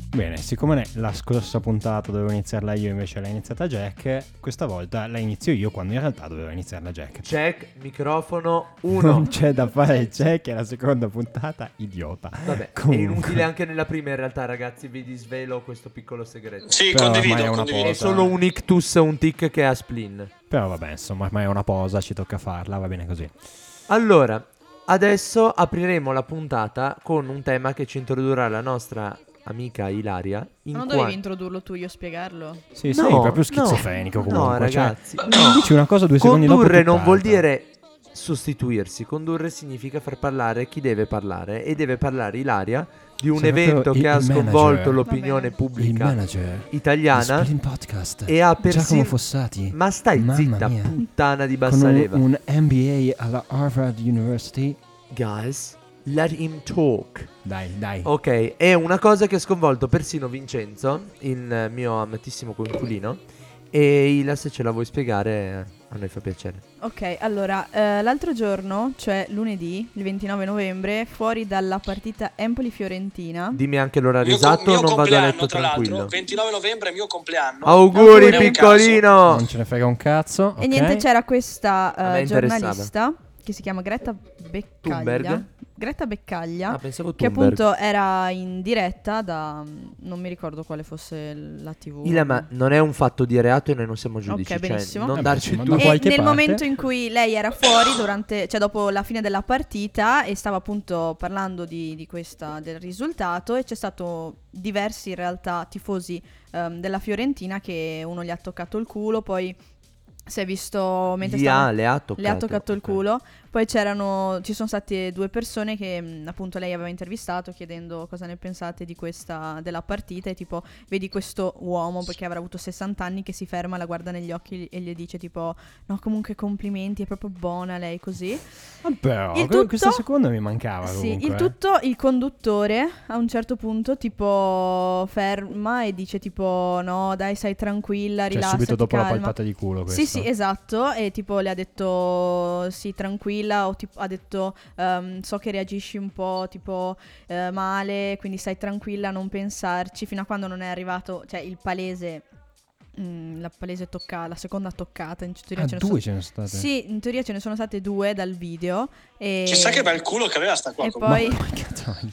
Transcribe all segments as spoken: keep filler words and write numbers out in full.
Bene, siccome la scorsa puntata dovevo iniziarla io, invece l'ha iniziata Jack, questa volta la inizio io quando in realtà doveva iniziarla Jack. Jack, microfono uno. Non c'è da fare, Jack, è la seconda puntata, idiota. Vabbè, Comunque. è inutile anche nella prima in realtà, ragazzi, vi disvelo questo piccolo segreto. Sì, Però condivido, ormai è una condivido. È posa. solo un ictus, un tic che ha spleen. Però vabbè, insomma, ormai è una posa, ci tocca farla, va bene così. Allora, adesso apriremo la puntata con un tema che ci introdurrà la nostra amica Ilaria. In Ma non qua- dovevi introdurlo tu, io spiegarlo? Sì, No, sei proprio no, schizofrenico no, comunque. cioè, ragazzi, no. dici una cosa due secondi dopo Condurre non vuol tutt'altra. dire sostituirsi. Condurre significa far parlare chi deve parlare. E deve parlare Ilaria di un Sei proprio evento il- che ha il sconvolto manager. l'opinione Vabbè. Il pubblica manager italiana. Spleen Podcast E ha Giacomo persino... Fossati. Ma stai Mamma zitta, mia. puttana di Con Bassaleva. un, un M B A alla Harvard University. Guys, let him talk. Dai, dai. Ok, è una cosa che ha sconvolto persino Vincenzo, il eh, mio amatissimo coinquilino. E Ila, se ce la vuoi spiegare, a noi fa piacere. Ok, allora, eh, l'altro giorno, cioè lunedì, il ventinove novembre, fuori dalla partita Empoli-Fiorentina. Dimmi anche l'orario Mio, co- esatto, mio non vado a compleanno, letto tra tranquillo. l'altro, ventinove novembre è mio compleanno. Auguri, Auguri. piccolino! Non ce ne frega un cazzo. E ok? niente, c'era questa A me eh, interessava. giornalista che si chiama Greta Beccaglia. Thunberg? Greta Beccaglia. Ah, pensavo Che Thunberg. appunto era in diretta da... non mi ricordo quale fosse la tivù. Ila, ma non è un fatto di reato e noi non siamo giudici. Ok, cioè, benissimo. non Eh, darci insomma, tu. da E qualche nel parte. momento in cui lei era fuori, durante, cioè dopo la fine della partita, e stava appunto parlando di, di questa, del risultato, e c'è stato diversi in realtà tifosi ehm, della Fiorentina che uno gli ha toccato il culo, poi si è visto mentre Gli stava- ha, le ha toccate. le ha toccato il ok. culo. Poi c'erano, ci sono state due persone che mh, appunto lei aveva intervistato chiedendo cosa ne pensate di questa, della partita, e tipo, vedi questo uomo, perché avrà avuto sessanta anni, che si ferma, la guarda negli occhi e gli dice tipo, no, comunque complimenti, è proprio buona lei, così. Ah, però, Il que- tutto- questa seconda mi mancava Sì, comunque. il eh. tutto, il conduttore a un certo punto tipo ferma e dice tipo, no dai, stai tranquilla, Cioè rilassati, subito dopo calma. la palpata di culo questo. Sì, sì, esatto. E tipo le ha detto sì, tranquilla. O tipo, ha detto ehm, so che reagisci un po' tipo eh, male, quindi stai tranquilla, non pensarci. Fino a quando non è arrivato, cioè il palese, mm, la palese tocca, la seconda toccata. In teoria Ah, ce ne due sono- ce ne sono state. Sì, in teoria ce ne sono state due dal video. E... Chissà che bel culo che aveva sta qua. E comunque. poi... Ma porca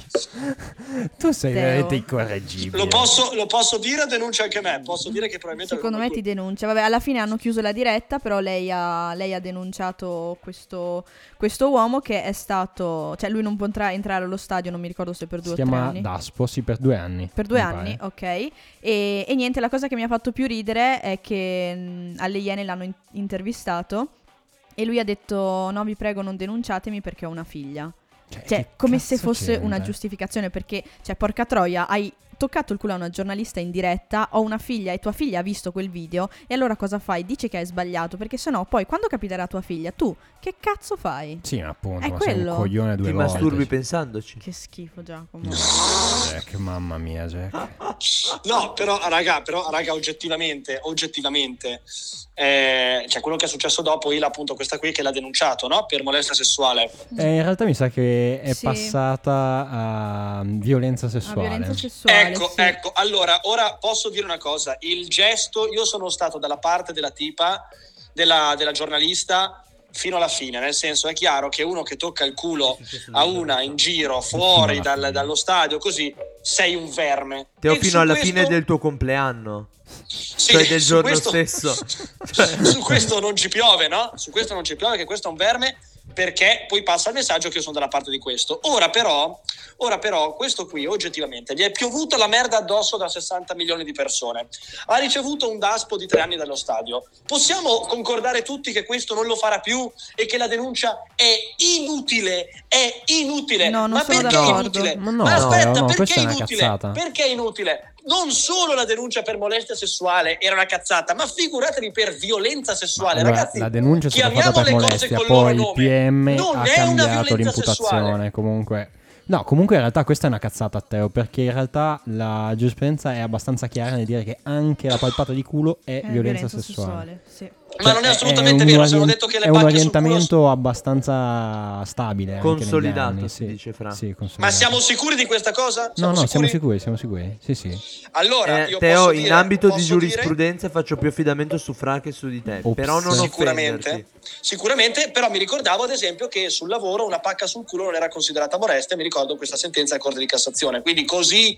troia. Tu sei Teo. veramente incorreggibile. Lo posso, lo posso dire, denuncia anche me. Posso dire che probabilmente Secondo me aveva ti bel culo. denuncia. Vabbè, alla fine hanno chiuso la diretta, però lei ha, lei ha denunciato questo, questo uomo che è stato... Cioè lui non potrà entrare allo stadio, non mi ricordo se per due Si o tre chiama anni. Daspo, sì, per due anni. Per due mi anni, pare. ok. E, e niente, la cosa che mi ha fatto più ridere è che mh, alle Iene l'hanno in- intervistato e lui ha detto no, vi prego non denunciatemi perché ho una figlia. Cioè, Cioè, che come cazzo se fosse c'entra? una giustificazione, perché, cioè, porca troia, hai toccato il culo a una giornalista in diretta, ho una figlia e tua figlia ha visto quel video, e allora cosa fai? Dici che hai sbagliato, perché sennò poi quando capiterà a tua figlia, tu che cazzo fai? Sì, ma appunto, È ma sei un quello. coglione due Ti volte. masturbi pensandoci. Che schifo, Giacomo. Jack, mamma mia, Jack. No, però, raga, però, raga, oggettivamente, oggettivamente, eh, cioè quello che è successo dopo, Ila, appunto, questa qui che l'ha denunciato, no? Per molestia sessuale. Eh, in realtà mi sa che è Sì. passata a violenza A sessuale. violenza sessuale, Ecco, sì. ecco, allora, ora posso dire una cosa, il gesto, io sono stato dalla parte della tipa, della, della giornalista, fino alla fine, nel senso è chiaro che uno che tocca il culo a una in giro, fuori Fino alla dal- fine. dallo stadio, così, sei un verme. Teo, E fino su alla questo- fine del tuo compleanno. sì, cioè del su giorno questo- stesso. Su questo non ci piove, no? Su questo non ci piove, che questo è un verme, perché poi passa il messaggio che io sono dalla parte di questo. Ora però, ora però, questo qui oggettivamente gli è piovuto la merda addosso da sessanta milioni di persone. Ha ricevuto un daspo di tre anni dallo stadio. Possiamo concordare tutti che questo non lo farà più e che la denuncia è inutile? È inutile. No, non Ma sono perché è d'accordo. inutile? Ma no, Ma aspetta, no, no, perché questa è è una inutile? cazzata. Perché è inutile? Non solo la denuncia per molestia sessuale era una cazzata, ma figuratevi per violenza sessuale. Allora, Ragazzi, la denuncia è stata fatta chiamiamo per le cose molestia, col loro poi il nome. P M Non ha è una cambiato violenza l'imputazione. sessuale. Comunque, no, comunque in realtà questa è una cazzata, Teo, perché in realtà la giurisprudenza è abbastanza chiara nel dire che anche la palpata di culo è Eh, violenza, sessuale. sì. Ma non è assolutamente vero, se hanno detto che le è un pacche sul culo... orientamento abbastanza stabile, anche negli Consolidato, anni, si sì. dice, Fra. Sì, Ma consolidato. siamo sicuri di questa cosa? No, Siamo no, sicuri? siamo sicuri, siamo sicuri. Sì, sì. Allora, Eh, io Teo, posso in dire, ambito di posso dire- giurisprudenza faccio più affidamento su Fra che su di te. Ops. Però non Sicuramente, offenderti. sicuramente, però mi ricordavo ad esempio che sul lavoro una pacca sul culo non era considerata molestia, mi ricordo questa sentenza a Corte di Cassazione, quindi così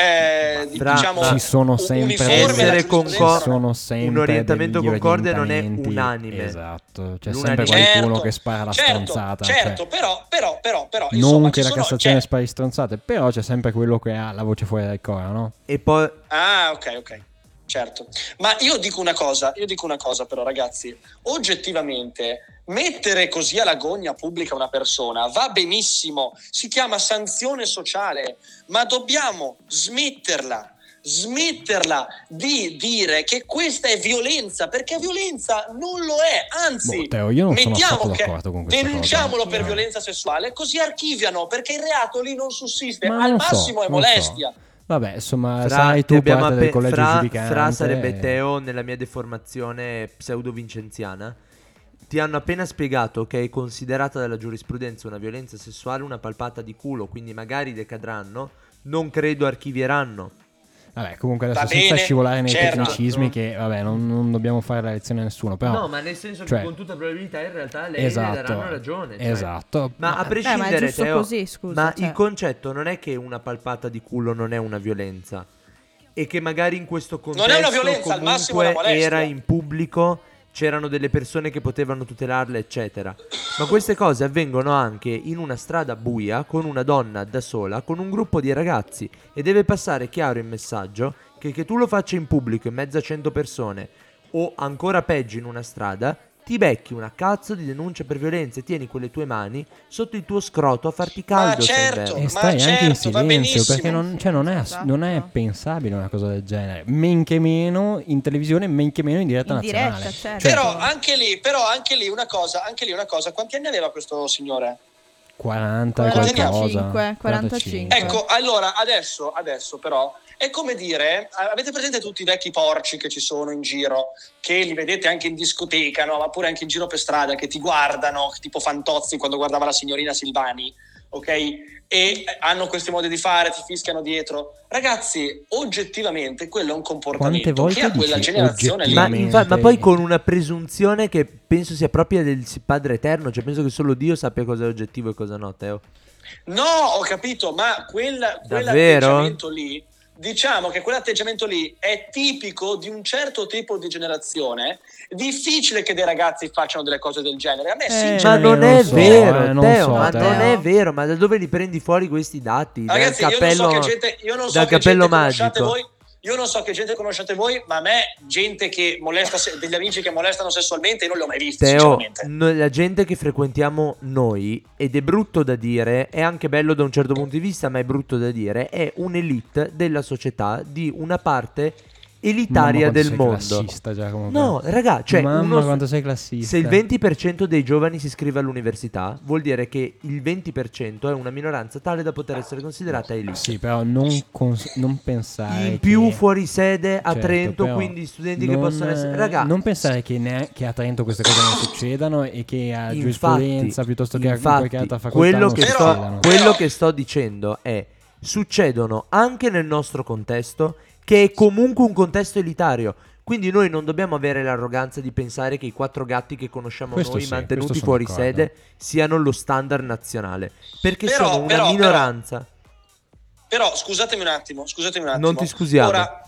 eh, Fra- diciamo ma Ci sono un- sempre uniforme Essere la dei- concor- giurisprudenza ci non è. sono sempre un orientamento degli concorde non è orientamenti- unanime. Esatto, c'è L'unanime- sempre qualcuno Certo, che spara la certo, stronzata. certo, cioè, però, però, però, però, non insomma, che ci la sono- Cassazione c'è- spari stronzate, però c'è sempre quello che ha la voce fuori dal coro, no? E poi Ah, ok, ok. Certo, ma io dico una cosa, io dico una cosa però ragazzi, oggettivamente mettere così alla gogna pubblica una persona va benissimo, si chiama sanzione sociale, ma dobbiamo smetterla, smetterla di dire che questa è violenza, perché violenza non lo è, anzi, Boh, Teo, io non sono mettiamo affatto che d'accordo con questa denunciamolo cosa. per No. violenza sessuale, così archiviano, perché il reato lì non sussiste, Ma al non so, massimo è non so. molestia. Vabbè, insomma, Fra, sai ti tu abbiamo parte del appe- collegio Fra, giudicante. Fra sarebbe e- Teo nella mia deformazione pseudo-vincenziana. Ti hanno appena spiegato che è considerata dalla giurisprudenza una violenza sessuale una palpata di culo, quindi magari decadranno, non credo archivieranno. Vabbè, comunque adesso Va senza bene, scivolare nei certo. tecnicismi che, vabbè, non, non dobbiamo fare la lezione a nessuno, però... No, ma nel senso cioè- che con tutta probabilità in realtà lei Esatto, le daranno ragione. cioè. esatto. Ma a Beh, prescindere, ma è giusto Teo, così, scusa, ma cioè. il concetto non è che una palpata di culo non è una violenza e che magari in questo contesto Non è una violenza, al massimo è una comunque molestia. era in pubblico, c'erano delle persone che potevano tutelarla, eccetera. Ma queste cose avvengono anche in una strada buia con una donna da sola, con un gruppo di ragazzi, e deve passare chiaro il messaggio che che tu lo faccia in pubblico in mezzo a cento persone o ancora peggio in una strada, ti becchi una cazzo di denuncia per violenza e tieni quelle tue mani sotto il tuo scroto a farti caldo. se certo. inverno. E Ma stai anche in certo, va silenzio, benissimo. perché non, cioè, non, è, Esatto. non è pensabile una cosa del genere. Men che meno in televisione, men che meno in diretta In diretta, nazionale. certo. Cioè, Però anche lì, però anche lì una cosa, anche lì una cosa, quanti anni aveva questo signore? quaranta e quarantacinque, qualcosa. quarantacinque. Ecco, allora adesso, adesso però è come dire, avete presente tutti i vecchi porci che ci sono in giro, che li vedete anche in discoteca, no? Ma pure anche in giro per strada, che ti guardano, tipo Fantozzi quando guardava la signorina Silvani, ok? E hanno questi modi di fare, ti fischiano dietro. Ragazzi, oggettivamente quello è un comportamento Quante volte che a quella dici generazione lì... Ma, oggettivamente? infa- ma poi con una presunzione che penso sia propria del Padre Eterno, cioè penso che solo Dio sappia cosa è oggettivo e cosa no, Teo. No, ho capito, ma quella, Davvero? quell'atteggiamento lì, diciamo che quell'atteggiamento lì è tipico di un certo tipo di generazione. Difficile che dei ragazzi facciano delle cose del genere. A me, Eh, Ma sinceramente, non non è so, vero, eh, non Teo, so, ma Teo. non è vero, ma da dove li prendi fuori questi dati? ragazzi, dal io cappello, non so che gente, io non so dal che cappello gente conosciate magico. voi. Io non so che gente conosciate voi, ma a me gente che molesta, se- degli amici che molestano sessualmente, io non li ho mai visti, Teo, sinceramente. no- la gente che frequentiamo noi, ed è brutto da dire, è anche bello da un certo punto di vista, ma è brutto da dire, è un'elite della società, di una parte elitaria Mamma, quanto del sei mondo. classista, Giacomo. No, raga, cioè Mamma, uno- quanto sei classista. se il venti per cento dei giovani si iscrive all'università, vuol dire che il venti per cento è una minoranza tale da poter essere considerata elite. Sì, però non, cons- non pensare In più che... fuori sede a Certo, Trento, però quindi studenti che non- possono essere... Raga, non pensare che, ne- che a Trento queste cose non succedano e che a infatti, giurisprudenza piuttosto che a infatti, qualche altra facoltà quello non che, Però- sto, succedano. quello Però- che sto dicendo è succedono anche nel nostro contesto, che è comunque un contesto elitario. Quindi noi non dobbiamo avere l'arroganza di pensare che i quattro gatti che conosciamo Questo noi sì, mantenuti questo sono fuori d'accordo. sede siano lo standard nazionale, perché Però- sono una però- minoranza. Però scusatemi un attimo, scusatemi un attimo. Non ti scusiamo. Ora,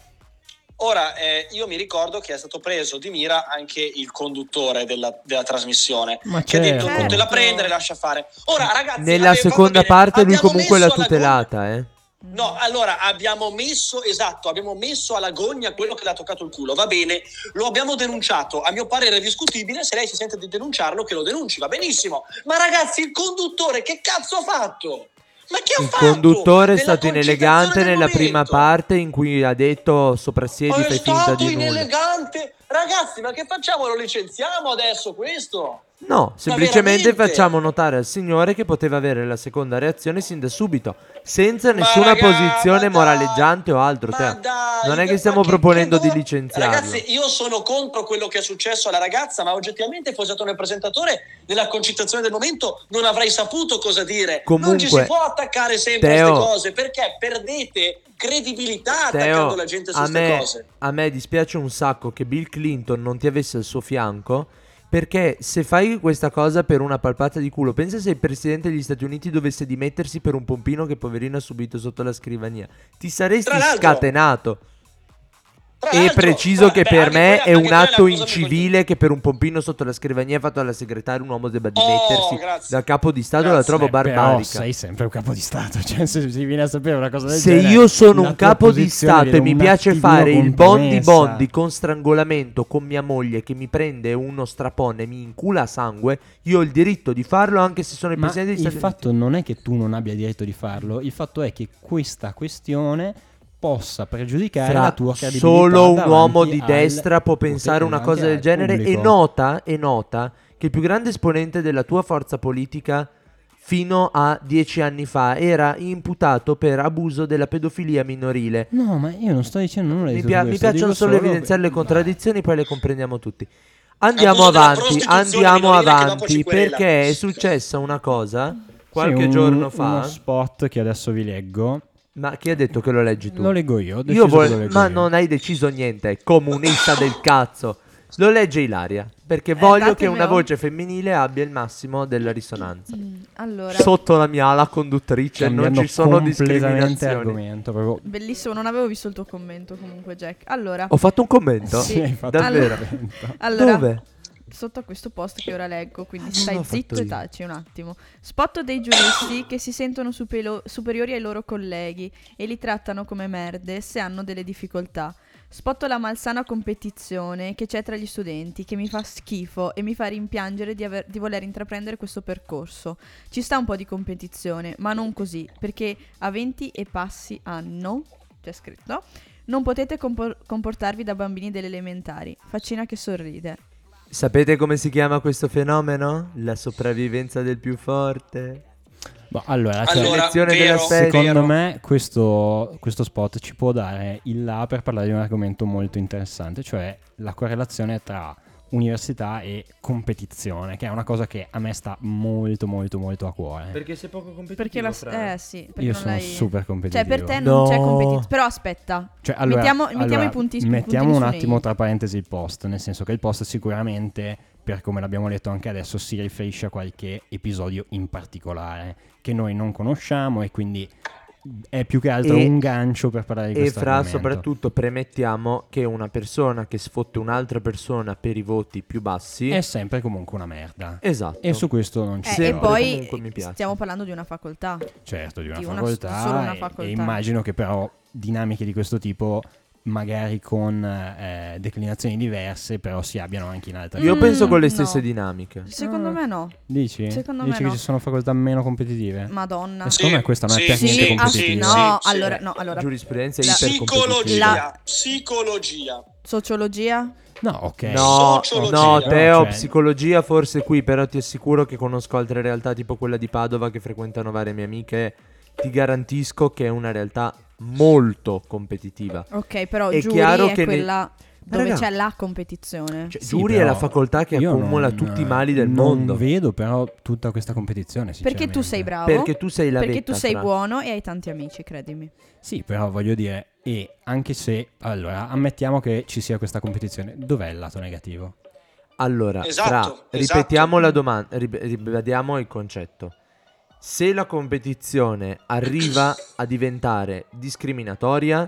ora eh, io mi ricordo che è stato preso di mira anche il conduttore della, della trasmissione, Ma che ha detto certo. non te la prendere, lascia fare. Ora ragazzi, Nella ave- va seconda bene, parte lui abbiamo comunque l'ha messo alla tutelata, eh. No, allora abbiamo messo, esatto, abbiamo messo alla gogna quello che le ha toccato il culo, va bene, lo abbiamo denunciato, a mio parere è discutibile, se lei si sente di denunciarlo che lo denunci, va benissimo, ma ragazzi il conduttore che cazzo ha fatto? Ma che ha Il fatto? conduttore è Nella stato inelegante concitazione del nella prima momento. parte in cui ha detto soprassiedi, Ma fai è finta stato di nulla. inelegante, ragazzi, ma che facciamo? Lo licenziamo adesso questo? No, semplicemente veramente? facciamo notare al signore che poteva avere la seconda reazione sin da subito, senza Ma nessuna raga, posizione ma dai, moraleggiante o altro. ma Cioè, dai, non è che ma stiamo che- proponendo che di dov- licenziarlo. Ragazzi, io sono contro quello che è successo alla ragazza, ma oggettivamente fosse stato nel presentatore nella concitazione del momento non avrei saputo cosa dire. non ci si Comunque, può attaccare sempre a Teo- queste cose, perché perdete credibilità Teo, attaccando la gente su a queste me, cose. a me dispiace un sacco che Bill Clinton non ti avesse al suo fianco, perché se fai questa cosa per una palpata di culo, pensa se il presidente degli Stati Uniti dovesse dimettersi per un pompino che poverino ha subito sotto la scrivania, ti saresti Tra l'altro- scatenato. Tra E l'altro, preciso beh, che beh, per anche me quella- è anche un quella atto cosa incivile che per un pompino sotto la scrivania fatto alla segretaria un uomo debba Oh, dimettersi grazie. da capo di Stato. La Grazie. trovo Eh, però barbarica. sei sempre un capo di Stato. Cioè, se si viene a sapere una cosa del Se genere, io sono la un tua capo di posizione Stato e viene mi un piace attimino fare il bondi compromessa. bondi con strangolamento con mia moglie che mi prende uno strapone e mi incula sangue, io ho il diritto di farlo anche se sono il Ma presidente degli il Stati Uniti. fatto non è che tu non abbia diritto di farlo, il fatto è che questa questione possa pregiudicare Fra la tua credibilità. solo un davanti uomo di al destra può potere, pensare una davanti cosa del al genere. E pubblico. nota, e nota che il più grande esponente della tua forza politica fino a dieci anni fa era imputato per abuso della pedofilia minorile. No, ma io non sto dicendo nulla di Mi, tutto pia- mi questo, piacciono dico solo evidenziare le Beh, contraddizioni, poi le comprendiamo tutti. Andiamo Abuso della avanti, prostituzione andiamo minorile che dopo avanti, ci querela. perché è successa una cosa qualche sì, un- giorno fa. uno spot che adesso vi leggo. Ma chi ha detto che lo leggi tu? Lo leggo io. ho Io deciso vol- che lo leggo ma io. non hai deciso niente, comunista del cazzo. Lo legge Ilaria, perché voglio che una datemelo. voce femminile abbia il massimo della risonanza. Mm, Allora, Sotto la mia ala conduttrice non Cambiando ci sono completamente discriminazioni. argomento. Proprio. bellissimo, non avevo visto il tuo commento comunque, Jack. Allora, Ho fatto un commento? Sì. hai fatto Davvero? commento. allora Dove? sotto a questo post che ora leggo, quindi Ah, stai non l'ho zitto fatto e io. taci un attimo. Spot dei giuristi che si sentono supelo- superiori ai loro colleghi e li trattano come merde se hanno delle difficoltà. Spotto la malsana competizione che c'è tra gli studenti, che mi fa schifo e mi fa rimpiangere di, aver- di voler intraprendere questo percorso. Ci sta un po' di competizione, ma non così, perché a venti e passi anno, c'è scritto, non potete compor- comportarvi da bambini delle elementari. Faccina che sorride. Sapete come si chiama questo fenomeno? La sopravvivenza del più forte. Boh, allora, cioè, Allora, Selezione vero, della specie. secondo vero. me questo, questo spot ci può dare il là per parlare di un argomento molto interessante, cioè la correlazione tra università e competizione, che è una cosa che a me sta molto molto molto a cuore. Perché sei poco competitivo, Perché la... Fra? Eh sì, perché Io non sono l'hai... super competitivo. Cioè per te non No. c'è competizione. Però aspetta, Cioè, allora, mettiamo, mettiamo allora, i punti i mettiamo puntini un su attimo nei- tra parentesi il post, nel senso che il post sicuramente, per come l'abbiamo letto anche adesso, si riferisce a qualche episodio in particolare che noi non conosciamo e quindi è più che altro E- un gancio per parlare di E questo fra argomento. soprattutto premettiamo che una persona che sfotte un'altra persona per i voti più bassi è sempre comunque una merda. esatto. E su questo non ci Eh, Sì, e sono. però poi comunque mi piace. stiamo parlando di una facoltà. Certo, di una di una- facoltà, solo una e- facoltà. E, immagino che però dinamiche di questo tipo magari con eh, declinazioni diverse però si abbiano anche in altre Io Mm, penso con le no. stesse dinamiche. Secondo Ah. me no. Dici? Secondo Dici me che no. ci sono facoltà meno competitive? Madonna. E secondo me questa non è Sì, per sì, niente sì, competitiva. sì, no, sì. allora, no, allora. Giurisprudenza La- ipercompetitiva. Psicologia, psicologia. Sociologia? No, ok. No, Sociologia. no, Teo, Cioè- psicologia forse qui, però ti assicuro che conosco altre realtà tipo quella di Padova che frequentano varie mie amiche. Ti garantisco che è una realtà molto competitiva. Ok, però È giuri chiaro è che ne- quella dove Raga. c'è la competizione. Cioè, Sì, giuri è però la facoltà che io accumula non- tutti i mali del non mondo. vedo però tutta questa competizione, Perché tu sei sinceramente. bravo. Perché tu sei la Perché vetta, tu sei Fra. buono e hai tanti amici, credimi. Sì, però voglio dire, e anche se, allora, ammettiamo che ci sia questa competizione, dov'è il lato negativo? Allora, Esatto, Fra, esatto. ripetiamo la domanda, ribadiamo il concetto. Se la competizione arriva a diventare discriminatoria,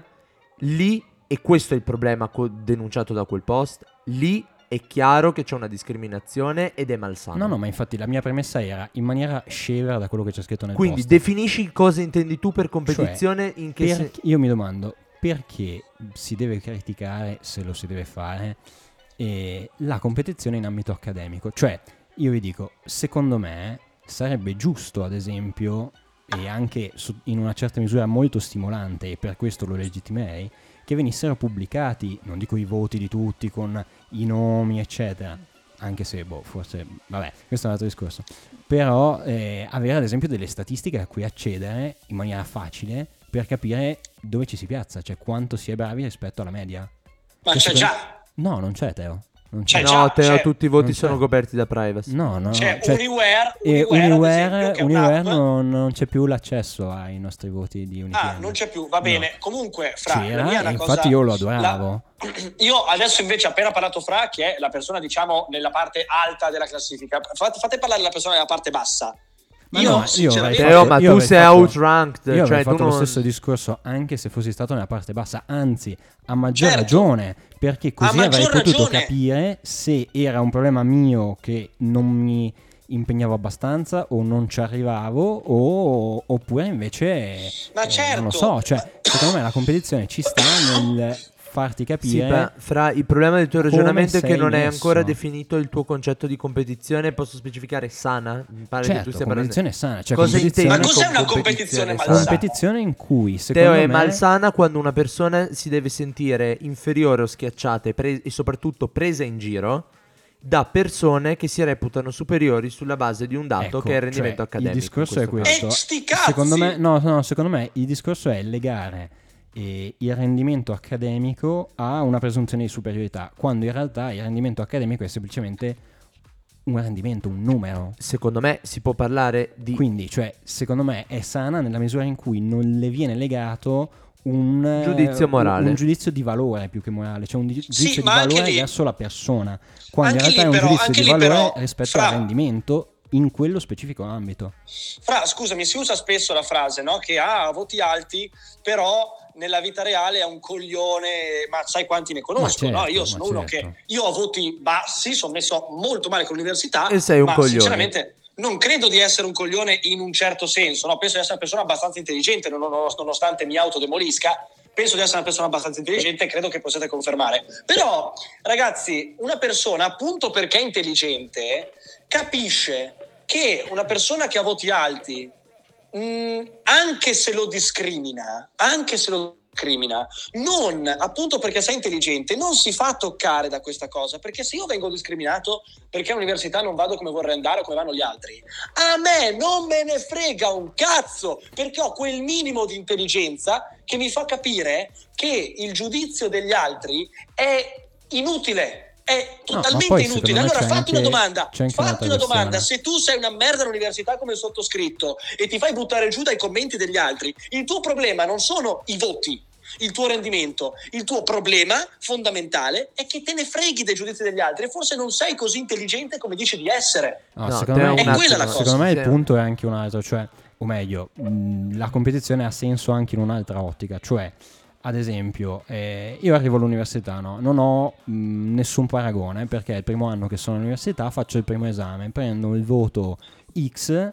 lì, e questo è il problema co- denunciato da quel post, lì è chiaro che c'è una discriminazione ed è malsano. No, no, ma infatti la mia premessa era in maniera scevra da quello che c'è scritto nel Quindi post. definisci cosa intendi tu per competizione, in che Perché- se- io mi domando perché si deve criticare, se lo si deve fare, eh, la competizione in ambito accademico. Cioè, io vi dico, secondo me sarebbe giusto, ad esempio, e anche su- in una certa misura molto stimolante, e per questo lo legittimerei, che venissero pubblicati, non dico i voti di tutti con i nomi, eccetera, anche se, boh, forse, vabbè, questo è un altro discorso. Però eh, avere ad esempio delle statistiche a cui accedere in maniera facile per capire dove ci si piazza, cioè quanto si è bravi rispetto alla media. Ma Che c'è secondo- già. No, non c'è, Teo. Non C'è c'è. già, No, Teo, c'è. tutti i voti Non sono c'è. coperti da privacy. No, no, C'è cioè, Uniware, e Uniware, ad esempio, Uniware, che è Uniware un'app. non, non c'è più l'accesso ai nostri voti di Unipm. Ah, non c'è più, va bene. No. Comunque, Fra, la C'era, mia è e una infatti cosa- io lo la- adoravo. Io adesso invece ho appena parlato Fra, che è la persona, diciamo, nella parte alta della classifica. Fate, fate parlare la persona nella parte bassa. Ma io, no, io avrei sinceramente, fatto- Teo, ma io tu avrei sei fatto- outranked. Io Cioè, avrei tu fatto non... lo stesso discorso anche se fossi stato nella parte bassa, anzi, a maggior Certo. ragione, perché così A avrei maggior potuto ragione. capire se era un problema mio che non mi impegnavo abbastanza o non ci arrivavo o, oppure invece Ma eh, certo. non lo so, cioè secondo me la competizione ci sta nel farti Sì, capire. ma Fra, il problema del tuo come ragionamento è che sei non è messo. ancora definito il tuo concetto di competizione. Posso specificare sana? Mi pare che Certo, tu stia parlando. competizione sana, cioè Cosa competizione- Ma intendi cos'è con una competizione sana? malsana? competizione in cui secondo Teo, è me malsana quando una persona si deve sentire inferiore o schiacciata e, pre- e soprattutto presa in giro da persone che si reputano superiori sulla base di un dato ecco, che è il rendimento cioè, accademico. Il discorso in è questo questo. E sti cazzi! Secondo me, no, no, secondo me il discorso è legare eh, il rendimento accademico a una presunzione di superiorità, quando in realtà il rendimento accademico è semplicemente un rendimento, un numero. caso. Secondo me si può parlare di Quindi, cioè, secondo me è sana nella misura in cui non le viene legato un eh, Giudizio morale. un, un giudizio di valore più che morale, cioè un di- giudizio di ma anche valore lì- verso la persona, quando in anche realtà lì è un però- giudizio anche di lì valore però, rispetto Fra- al rendimento in quello specifico ambito. Fra, scusami, si usa spesso la frase, no? Che ha voti alti, però nella vita reale è un coglione, ma sai quanti ne conosco, Ma certo, no? Io ma sono uno certo. che io ho voti bassi, sono messo molto male con l'università, E sei un ma coglione. sinceramente non credo di essere un coglione in un certo senso, no? Penso di essere una persona abbastanza intelligente, non- non- nonostante mi autodemolisca. Penso di essere una persona abbastanza intelligente e credo che possiate confermare. Però, ragazzi, una persona, appunto perché è intelligente, capisce che una persona che ha voti alti, mh, anche se lo discrimina, anche se lo discrimina, non, appunto perché sei intelligente, non si fa toccare da questa cosa, perché se io vengo discriminato perché all'università non vado come vorrei andare o come vanno gli altri, a me non me ne frega un cazzo, perché ho quel minimo di intelligenza che mi fa capire che il giudizio degli altri è inutile. È No, ma totalmente poi, inutile. secondo me, Allora c'è fatti anche- una domanda. c'è anche Fatti un'altra una domanda. questione. Se tu sei una merda all'università come il sottoscritto e ti fai buttare giù dai commenti degli altri, il tuo problema non sono i voti, il tuo rendimento, il tuo problema fondamentale è che te ne freghi dei giudizi degli altri e forse non sei così intelligente come dici di essere. No, No, secondo, Teo, me, È un quella attimo. la cosa. secondo me il Sì. punto è anche un altro, cioè, o meglio, mh, la competizione ha senso anche in un'altra ottica, cioè, ad esempio, eh, io arrivo all'università, no? Non ho mh, nessun paragone perché è il primo anno che sono all'università, faccio il primo esame, prendo il voto X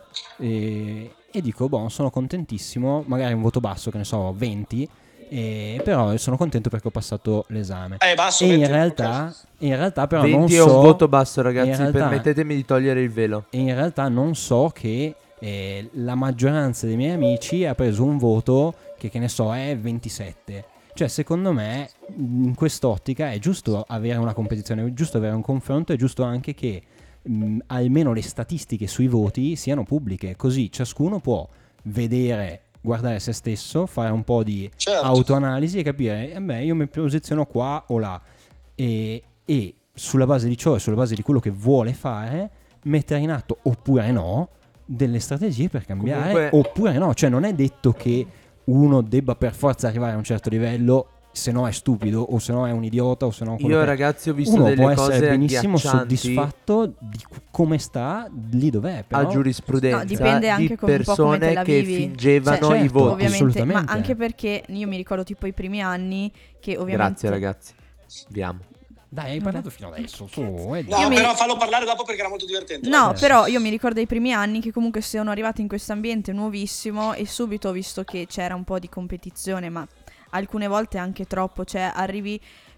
e, e dico, boh, sono contentissimo, magari un voto basso, che ne so, venti, eh, però sono contento perché ho passato l'esame. Eh, basso, E in venti, realtà, ok. in realtà però non venti so... è un voto basso, in ragazzi. realtà- Permettetemi di togliere il velo. E in realtà non so che eh, la maggioranza dei miei amici ha preso un voto che, che ne so, è ventisette. Cioè, secondo me, in quest'ottica è giusto avere una competizione, è giusto avere un confronto, è giusto anche che mh, almeno le statistiche sui voti siano pubbliche, così ciascuno può vedere, guardare se stesso, fare un po' di Certo. autoanalisi e capire, eh beh, io mi posiziono qua o là, e, e sulla base di ciò e sulla base di quello che vuole fare, mettere in atto oppure no delle strategie per cambiare. Comunque- Oppure no, cioè non è detto che uno debba per forza arrivare a un certo livello, se no è stupido o se no è un idiota o se no quello Io, che è. ragazzi, ho visto Uno delle può cose essere benissimo agghiaccianti soddisfatto di c- come sta lì dov'è, però a giurisprudenza No, dipende anche di come- un po' come te persone la che vivi. fingevano Cioè, i certo, voti. Ovviamente, ma assolutamente. anche perché io mi ricordo tipo i primi anni che ovviamente... Grazie, ragazzi. Vi amo. dai, hai parlato fino adesso, su, eh, No, Io mi- però fallo parlare dopo perché era molto divertente. No, Eh. però io mi ricordo i primi anni che comunque sono arrivata in questo ambiente nuovissimo e subito ho visto che c'era un po' di competizione, ma alcune volte anche troppo, cioè arrivi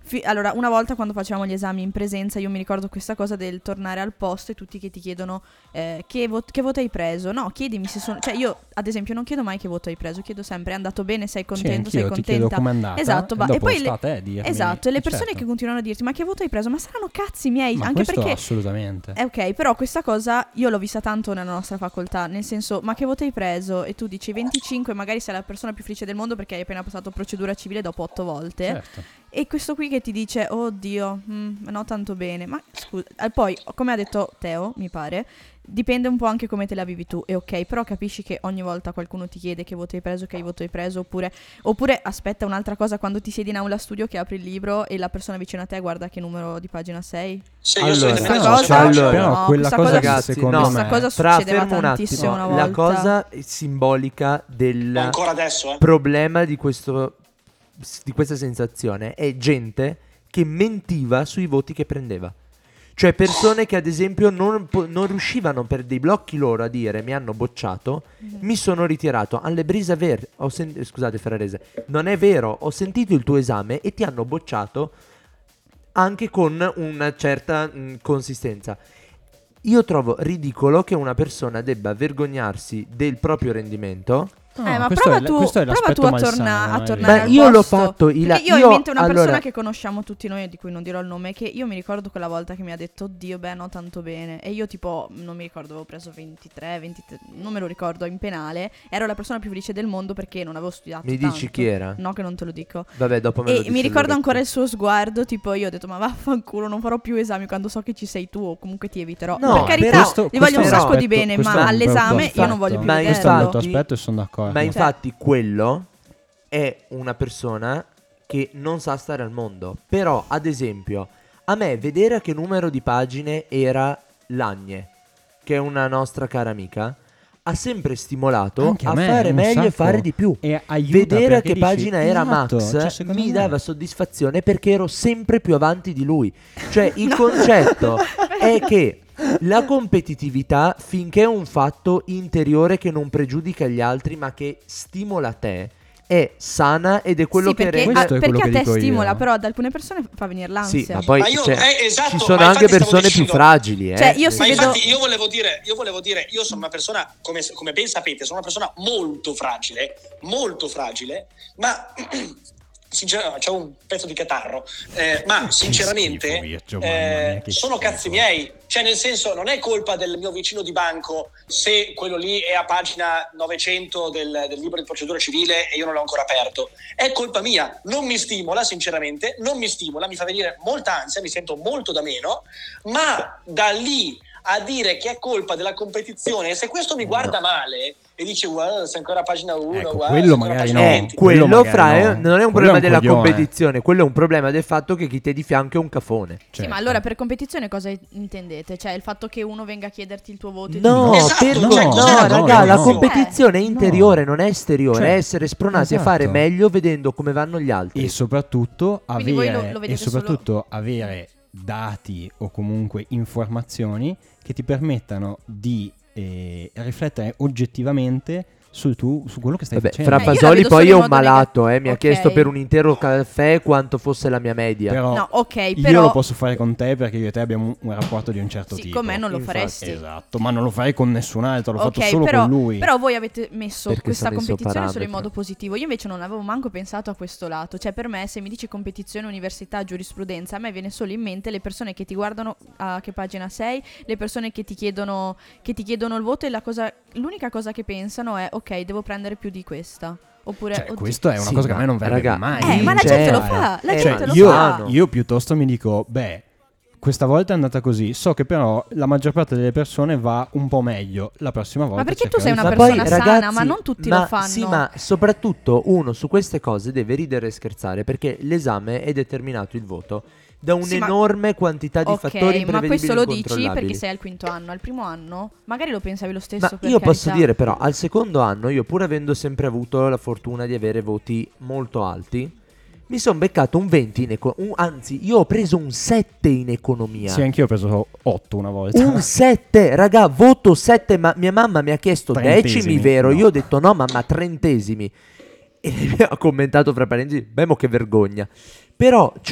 Fi- allora, una volta quando facevamo gli esami in presenza, io mi ricordo questa cosa del tornare al posto e tutti che ti chiedono eh, che, vo- che voto hai preso. No, chiedimi se sono... Cioè io, ad esempio, non chiedo mai che voto hai preso, chiedo sempre è andato bene, sei contento, sì, sei anch'io ti chiedo contenta. com'è andata, Esatto, e ba- dopo e poi sta le... a te a dirmi- Esatto, e le eh, persone certo. che continuano a dirti ma che voto hai preso? Ma saranno cazzi miei, Ma anche questo perché... assolutamente. Eh, ok, però questa cosa io l'ho vista tanto nella nostra facoltà, nel senso, ma che voto hai preso? E tu dici venticinque, magari sei la persona più felice del mondo perché hai appena passato procedura civile dopo otto volte. Certo. E questo qui che ti dice, oddio, mm, no tanto bene. Ma scusa, eh, poi, come ha detto Teo, mi pare, dipende un po' anche come te la vivi tu. E ok, però capisci che ogni volta qualcuno ti chiede che voto hai preso, che voto hai preso, oppure, oppure aspetta un'altra cosa, quando ti siedi in aula studio che apri il libro e la persona vicino a te guarda che numero di pagina sei. Se io Allora, solitamente questa non cosa- so se allora, faccio- però no, quella questa cosa cosa- che Ragazzi, secondo no, me questa cosa Fra, succedeva fermo un tantissimo attimo. una La volta. cosa simbolica del Ma ancora adesso, eh. problema di questo di questa sensazione è gente che mentiva sui voti che prendeva. Cioè persone che ad esempio non, po- non riuscivano per dei blocchi loro a dire mi hanno bocciato, Mhm. mi sono ritirato. Alle brisa ver- ho sen- scusate Ferrarese, non è vero, ho sentito il tuo esame e ti hanno bocciato anche con una certa mh, consistenza. Io trovo ridicolo che una persona debba vergognarsi del proprio rendimento. No, eh, ma questo prova è l- tu, questo è prova l'aspetto tu a, malsano, torna- a eh, tornare Ma al io l'ho posto. fatto il- Perché io ho io- in mente una persona allora- che conosciamo tutti noi, di cui non dirò il nome, che io mi ricordo quella volta che mi ha detto oddio beh no tanto bene, e io tipo non mi ricordo, avevo preso ventitré, ventitré, non me lo ricordo, in penale ero la persona più felice del mondo perché non avevo studiato Mi dici tanto. chi era? No, che non te lo dico. Vabbè, dopo me lo E dici mi ricordo all'orecchio. ancora il suo sguardo, tipo io ho detto ma vaffanculo, non farò più esami quando so che ci sei tu o comunque ti eviterò. No, per carità, questo- gli voglio un questo è un sacco di aspetto- bene, questo ma è un all'esame brutto io non voglio più Ma aspetto. Questo è un brutto infatti- aspetto e sono d'accordo. Ma Cioè- infatti quello è una persona che non sa stare al mondo. Però, ad esempio, a me vedere a che numero di pagine era Lagne, che è una nostra cara amica, ha sempre stimolato Anche a a me, fare un meglio e sacco. fare di più. E aiuta Vedere a perché che dici, pagina era esatto, Max cioè, secondo mi me- dava soddisfazione perché ero sempre più avanti di lui. Cioè il concetto è che la competitività, finché è un fatto interiore che non pregiudica gli altri ma che stimola te, è sana ed è quello sì, che perché, rende... Questo a, è quello perché a che te dico io. stimola, però ad alcune persone fa venire l'ansia. Sì, ma poi Ma io- cioè, eh, esatto, ci sono ma anche infatti stavo persone più dicendo- fragili. Eh? Cioè, io Ma se vedo- infatti io volevo dire, io volevo dire, io sono una persona, come, come ben sapete, sono una persona molto fragile, molto fragile, ma sinceramente c'ho un pezzo di catarro, eh, ma sinceramente schifo, Virgio, mamma eh, mia, che sono schifo. cazzi miei, cioè nel senso non è colpa del mio vicino di banco se quello lì è a pagina novecento del, del libro di procedura civile e io non l'ho ancora aperto, è colpa mia, non mi stimola sinceramente, non mi stimola, mi fa venire molta ansia, mi sento molto da meno, ma da lì a dire che è colpa della competizione, e se questo mi guarda male e dice guarda sei ancora a pagina uno, Ecco, guarda, quello sei ancora a magari pagina no. Eh, venti. quello, Quello magari fra no. eh, non è un Quello è problema un della coglione. competizione, quello è un problema del fatto che chi ti è di fianco è un cafone. Sì, Certo. ma allora per competizione cosa intendete? Cioè il fatto che uno venga a chiederti il tuo voto e No, tu dici, Esatto, per- no, no, no, raga, no, la no. competizione è Eh, interiore, no. non è esteriore, Cioè, è essere spronati a esatto. fare meglio vedendo come vanno gli altri. E soprattutto Quindi voi avere, lo- lo e vedete soprattutto avere dati o comunque informazioni che ti permettano di eh, riflettere oggettivamente sul tu, su quello che stai Vabbè, facendo. Fra Eh, io la Fasoli vedo poi solo è in un modo malato, nega- eh, mi ha Ok. chiesto per un intero caffè quanto fosse la mia media. Però No, ok, io però lo posso fare con te perché io e te abbiamo un, un rapporto di un certo sì, tipo. con me non lo Infatti. faresti. Esatto, ma non lo farei con nessun altro, l'ho Ok, fatto solo però, con lui. però voi avete messo Perché questa sono il suo competizione solo in parametro. modo positivo. Io invece non avevo manco pensato a questo lato. Cioè, per me, se mi dici competizione, università, giurisprudenza, a me viene solo in mente le persone che ti guardano a che pagina sei, le persone che ti chiedono, che ti chiedono il voto e la cosa, l'unica cosa che pensano è ok, devo prendere più di questa. Oppure Cioè, oddio. questa è una Sì, cosa che a me non ma, verrebbe raga, mai. Eh, ma la Cioè, gente lo fa, la eh, gente ma lo io, fa. io piuttosto mi dico, beh, questa volta è andata così. So che però la maggior parte delle persone va un po' meglio. La prossima volta. Ma perché tu cercherò sei di una fare- Ma persona poi, sana, ragazzi, ma non tutti ma lo fanno. Sì, ma soprattutto uno su queste cose deve ridere e scherzare perché l'esame è determinato il voto da Sì, ma- un'enorme quantità di Ok, fattori ma imprevedibili questo e lo dici incontrollabili. perché sei al quinto anno. Al primo anno magari lo pensavi lo stesso. Ma per io posso carità. dire però, al secondo anno, io pur avendo sempre avuto la fortuna di avere voti molto alti, mi sono beccato un venti in economia, anzi io ho preso un sette in economia. Sì, anch'io ho preso otto una volta. Un sette, raga, voto sette, ma mia mamma mi ha chiesto Trentesimi, decimi, vero? no. Io ho detto no, mamma, trentesimi. E mi ha commentato fra parentesi, beh, mo che vergogna. Però, cioè,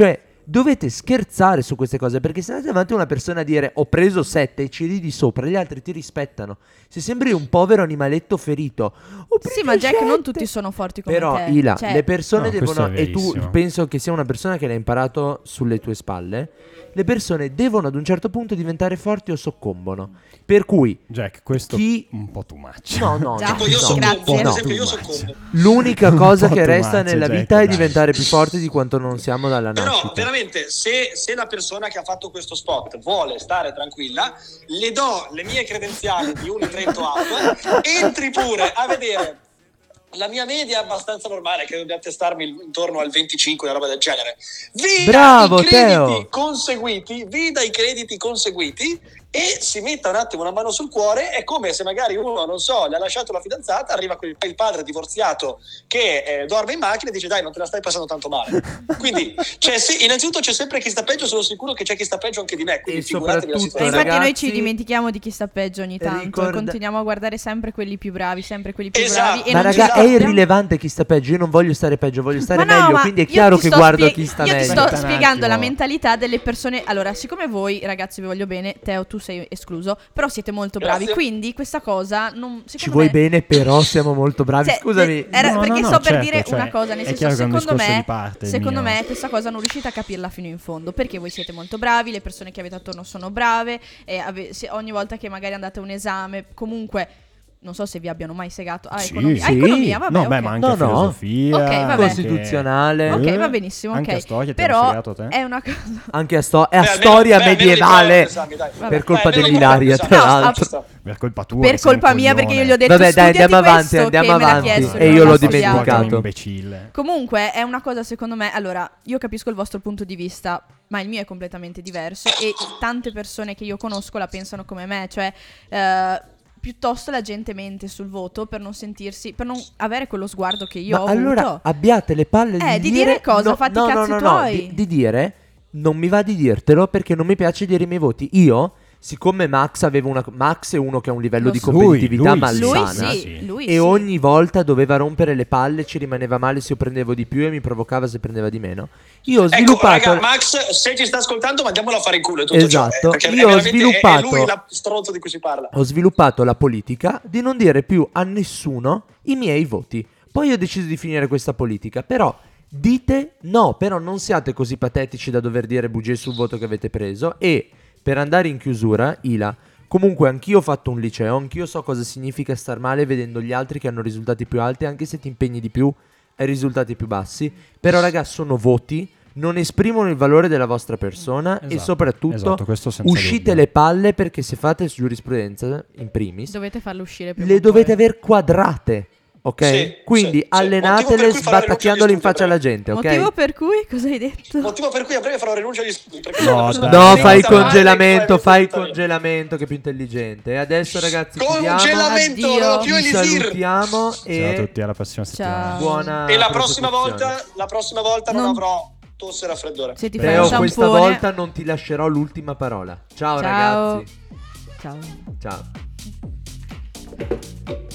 dovete scherzare su queste cose, perché se andate davanti a una persona a dire ho preso sette e ci ridi sopra, gli altri ti rispettano. Se sembri un povero animaletto ferito. Ho preso Sì, ma Jack, sette. non tutti sono forti come Però te. Ila, Cioè, le persone No, questo devono, è e tu verissimo. penso che sia una persona che l'ha imparato sulle tue spalle, le persone devono ad un certo punto diventare forti o soccombono. Per cui Jack, questo Chi- un po' too much. no, no, Già. no, Tipo io No, soccombo, grazie. ad no. esempio io Too much. soccombo. L'unica Un cosa po' che too resta much, nella Jack, vita è dai. diventare più forti di quanto non siamo dalla Però nascita. veramente se, se la persona che ha fatto questo spot vuole stare tranquilla, le do le mie credenziali di Unitrento App, entri pure a vedere. La mia media è abbastanza normale, credo di attestarmi intorno al venticinque, una roba del genere. Vi Bravo, dà i crediti Teo. conseguiti, vi dà i crediti conseguiti e si metta un attimo una mano sul cuore. È come se magari uno, non so, gli ha lasciato la fidanzata, arriva quel- il padre divorziato che eh, dorme in macchina e dice dai, non te la stai passando tanto male. Quindi, cioè, sì, innanzitutto c'è sempre chi sta peggio, sono sicuro che c'è chi sta peggio anche di me, quindi E figuratevi la soprattutto, E situazione. infatti noi ragazzi, ci dimentichiamo di chi sta peggio ogni tanto ricorda- e continuiamo a guardare sempre quelli più bravi, sempre quelli più Esatto. bravi. E Ma non ci raga, è sappiamo- irrilevante chi sta peggio. Io non voglio stare peggio, voglio stare Ma no, meglio. ma Quindi è io chiaro ti che sto guardo spie- chi sta Io ti meglio. sto Aspetta un spiegando la attimo. mentalità delle persone. Allora, siccome voi, ragazzi, vi voglio bene, Teo, tu sei escluso, però siete molto bravi. Grazie. Quindi questa cosa non. Ci secondo vuoi me- bene, però siamo molto bravi. Cioè, Scusami. de- era- No, no, perché no, sto per certo, dire cioè, una cosa, nel è senso, chiaro che è un secondo discorso me, di parte il secondo mio. me questa cosa non riuscite a capirla fino in fondo, perché voi siete molto bravi, le persone che avete attorno sono brave e ave- se- ogni volta che magari andate a un esame, comunque non so se vi abbiano mai segato a Sì, economia, sì. a economia, vabbè, no, ok. beh, ma anche No, a no. filosofia, Ok, vabbè. anche- Costituzionale. Ok, Eh, va benissimo, anche ok. a storia ti hanno Però fregato te? è una cosa. Anche a, sto- è a Beh, almeno- storia beh, almeno medievale. li esami, dai. Vabbè. Per colpa Beh, almeno dell'Ilaria, li tra esami, No, l'altro. ci sta. Per colpa tua. Per che sei un colpa mia, perché io gli ho detto Vabbè, dai, studiati andiamo avanti, questo, andiamo che me l'ha avanti. chiesto, E che io non l'ho l'ho studiato. dimenticato. Imbecille. Comunque è una cosa secondo me, allora io capisco il vostro punto di vista, ma il mio è completamente diverso e tante persone che io conosco la pensano come me, cioè eh, piuttosto la gente mente sul voto per non sentirsi, per non avere quello sguardo che io Ma ho allora avuto. abbiate le palle Eh, di, di dire cosa, fatti i no, cazzi no, no, no, tuoi. di, di dire non mi va di dirtelo perché non mi piace dire i miei voti. Io, siccome Max aveva una Max è uno che ha un livello Lo di so. competitività Lui- lui Lui malsana. sì, sì. lui E sì. ogni volta doveva rompere le palle, ci rimaneva male se io prendevo di più e mi provocava se prendeva di meno. Io ho Ecco, sviluppato raga, Max, se ci sta ascoltando, mandiamolo a fare in culo. È tutto Esatto. ciò, eh, perché Io è ho veramente- è- sviluppato- È lui la stronzo di cui si parla. ho sviluppato la politica di non dire più a nessuno i miei voti. Poi ho deciso di finire questa politica, però dite no, però non siate così patetici da dover dire bugie sul voto che avete preso. E per andare in chiusura, Ila, comunque anch'io ho fatto un liceo, anch'io so cosa significa star male vedendo gli altri che hanno risultati più alti, anche se ti impegni di più ai risultati più bassi. Però raga, sono voti, non esprimono il valore della vostra persona e Esatto, soprattutto esatto, questo senza uscite dubbio. le palle, perché se fate giurisprudenza in primis Dovete farlo uscire prima le o poi. dovete aver quadrate, ok? Sì, Quindi sì, sì. Motivo allenatele per cui farò sbattacchiandole in rinuncia agli faccia alla studi, gente, ok? Motivo per cui, cosa hai detto? Motivo per cui a breve farò rinuncia agli studi. perché No, sono una persona dai. No, che fai il pensa male, congelamento, poi fai il tutto bene. congelamento che è più intelligente. E adesso ragazzi chiudiamo, Congelamento, Addio. non ho più ci elisir. salutiamo Ciao a e tutti, alla prossima settimana. Ciao. buona E la prossima prosecuzione. volta, la prossima volta non Non- avrò tosse e raffreddore. Se ti fai Teo, un questa sciampone. volta non ti lascerò l'ultima parola. Ciao, Ciao. ragazzi. Ciao. Ciao.